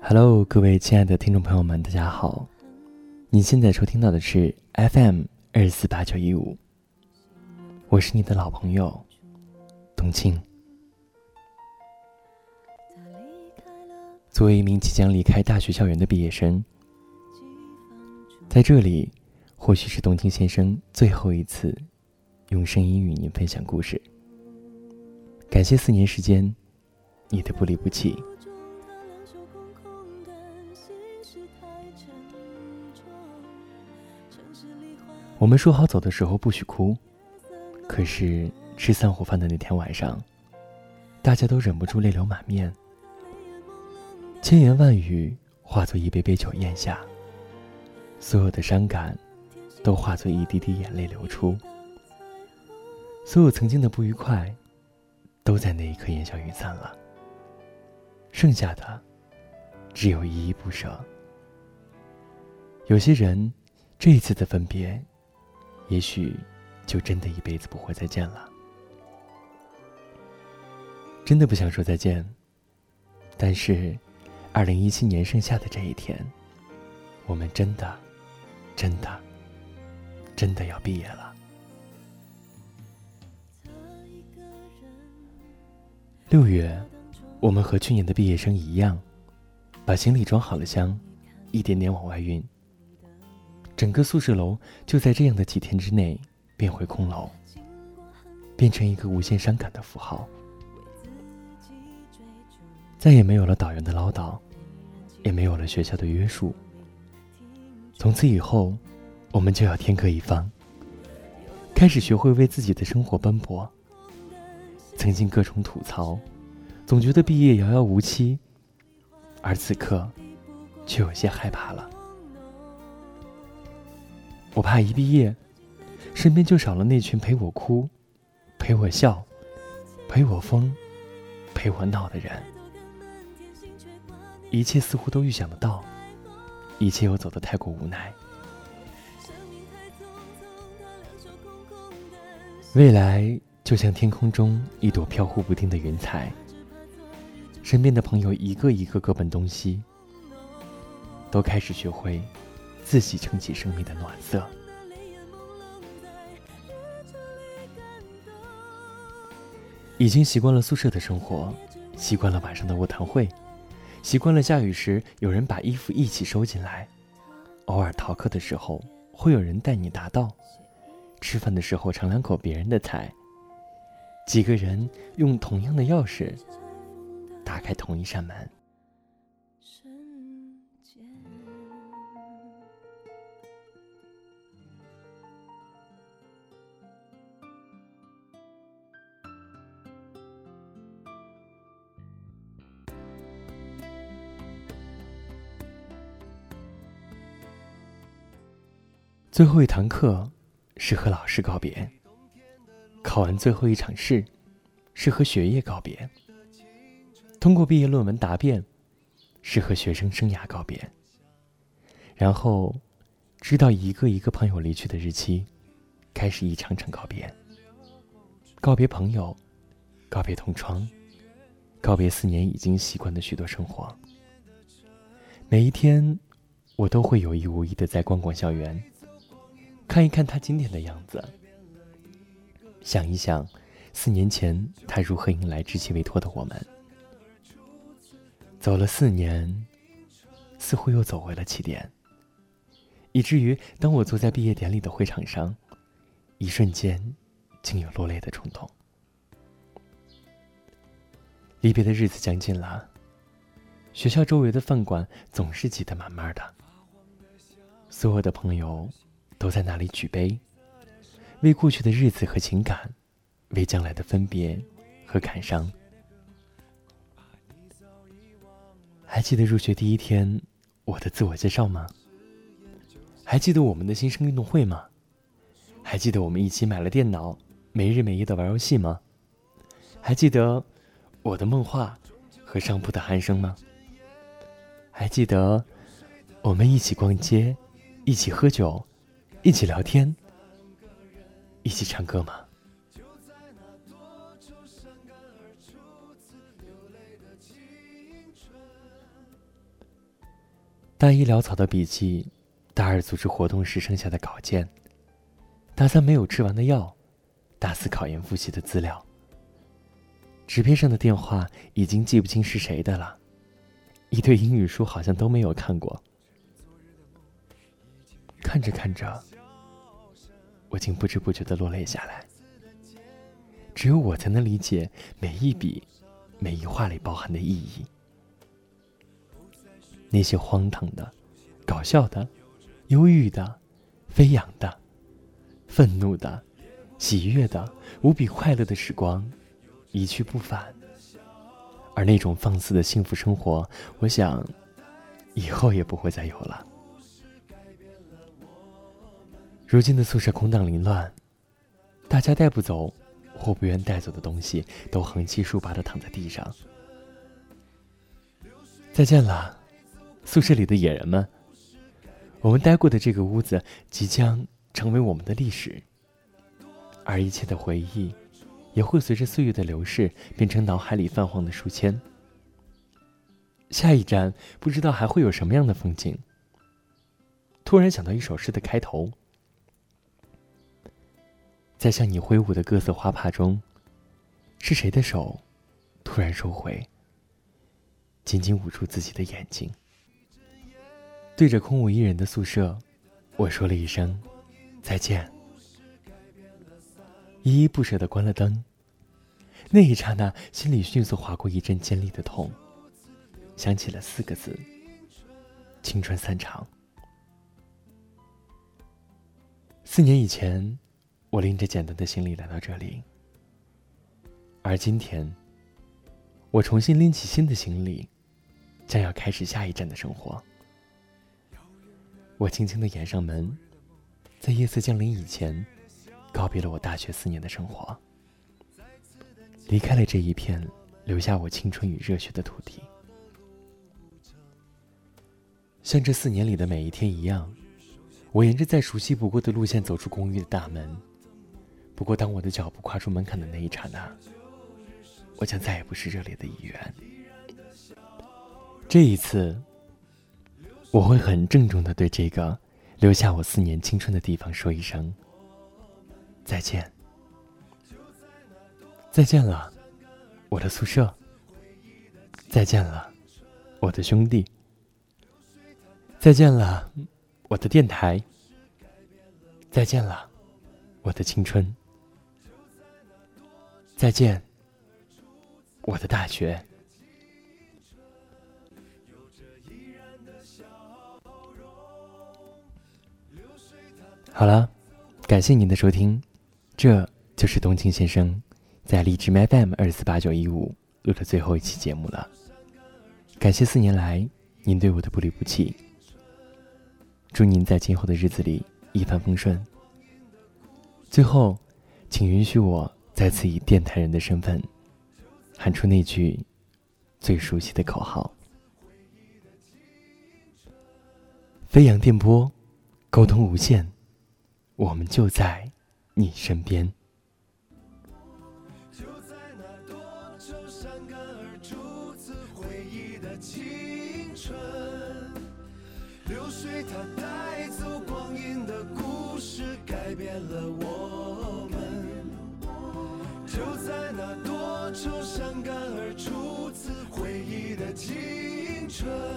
Hello， 各位亲爱的听众朋友们，大家好！您现在收听到的是 FM248915，我是你的老朋友董卿。作为一名即将离开大学校园的毕业生，在这里，或许是董卿先生最后一次用声音与您分享故事。感谢4年时间，你的不离不弃。我们说好走的时候不许哭，可是吃散伙饭的那天晚上，大家都忍不住泪流满面，千言万语化作一杯杯酒咽下，所有的伤感都化作一滴滴眼泪流出，所有曾经的不愉快都在那一刻烟消云散了，剩下的只有依依不舍。有些人这一次的分别，也许就真的一辈子不会再见了。真的不想说再见，但是2017年盛夏的这一天，我们真的要毕业了。6月，我们和去年的毕业生一样，把行李装好了箱，一点点往外运。整个宿舍楼就在这样的几天之内变回空楼，变成一个无限伤感的符号。再也没有了导员的唠叨，也没有了学校的约束。从此以后，我们就要天各一方，开始学会为自己的生活奔波。曾经各种吐槽，总觉得毕业遥遥无期，而此刻却有些害怕了。我怕一毕业，身边就少了那群陪我哭、陪我笑、陪我疯、陪我闹的人。一切似乎都预想得到，一切又走得太过无奈。未来就像天空中一朵飘忽不定的云彩，身边的朋友一个一个各奔东西，都开始学会自己撑起生命的暖色。已经习惯了宿舍的生活，习惯了晚上的卧谈会，习惯了下雨时有人把衣服一起收进来，偶尔逃课的时候会有人带你答到，吃饭的时候尝两口别人的菜，几个人用同样的钥匙打开同一扇门。最后一堂课是和老师告别，考完最后一场试是和学业告别，通过毕业论文答辩是和学生生涯告别，然后知道一个一个朋友离去的日期，开始一场场告别。告别朋友，告别同窗，告别4年已经习惯的许多生活。每一天我都会有意无意地在逛逛校园，看一看他经典的样子，想一想4年前他如何迎来知其委托的我们。走了4年，似乎又走回了起点，以至于当我坐在毕业典礼的会场上，一瞬间竟有落泪的冲动。离别的日子将近了，学校周围的饭馆总是挤得满满的，所有的朋友都在那里举杯，为过去的日子和情感，为将来的分别和感伤。还记得入学第一天我的自我介绍吗？还记得我们的新生运动会吗？还记得我们一起买了电脑，没日没夜的玩游戏吗？还记得我的梦话和上铺的鼾声吗？还记得我们一起逛街，一起喝酒，一起聊天，一起唱歌吗？ 大一潦草的笔记，大二组织活动时剩下的稿件，大三没有吃完的药，大四考研复习的资料。纸片上的电话已经记不清是谁的了，一堆英语书好像都没有看过。看着看着，我竟不知不觉地落泪下来。只有我才能理解每一笔每一画里包含的意义。那些荒唐的、搞笑的、忧郁的、飞扬的、愤怒的、喜悦的、无比快乐的时光一去不返，而那种放肆的幸福生活，我想以后也不会再有了。如今的宿舍空荡凌乱，大家带不走或不愿带走的东西都横七竖八地躺在地上。再见了，宿舍里的野人们，我们待过的这个屋子即将成为我们的历史，而一切的回忆也会随着岁月的流逝变成脑海里泛黄的书签。下一站不知道还会有什么样的风景。突然想到一首诗的开头，在向你挥舞的各色花帕中，是谁的手突然收回，紧紧捂住自己的眼睛。对着空无一人的宿舍，我说了一声再见，依依不舍地关了灯。那一刹那，心里迅速划过一阵尖利的痛，想起了4个字：青春散场。4年以前，我拎着简单的行李来到这里，而今天，我重新拎起新的行李，将要开始下一站的生活。我轻轻地掩上门，在夜色降临以前，告别了我大学4年的生活，离开了这一片留下我青春与热血的土地。像这4年里的每一天一样，我沿着再熟悉不过的路线走出公寓的大门。不过当我的脚步跨出门槛的那一刹那，我将再也不是这里的一员。这一次，我会很郑重地对这个留下我4年青春的地方说一声再见。再见了，我的宿舍。再见了，我的兄弟。再见了，我的电台。再见了，我的青春。再见，我的大学。好了，感谢您的收听，这就是冬青先生在荔枝 FM248915录的最后一期节目了。感谢4年来您对我的不离不弃，祝您在今后的日子里一帆风顺。最后，请允许我再次以电台人的身份喊出那句最熟悉的口号：飞扬电波，沟通无限，我们就在你身边。 就在那多愁善感而初次回忆的青春，流水它带走光阴的故事，改变了我们。就在那多愁善感而初次回忆的青春。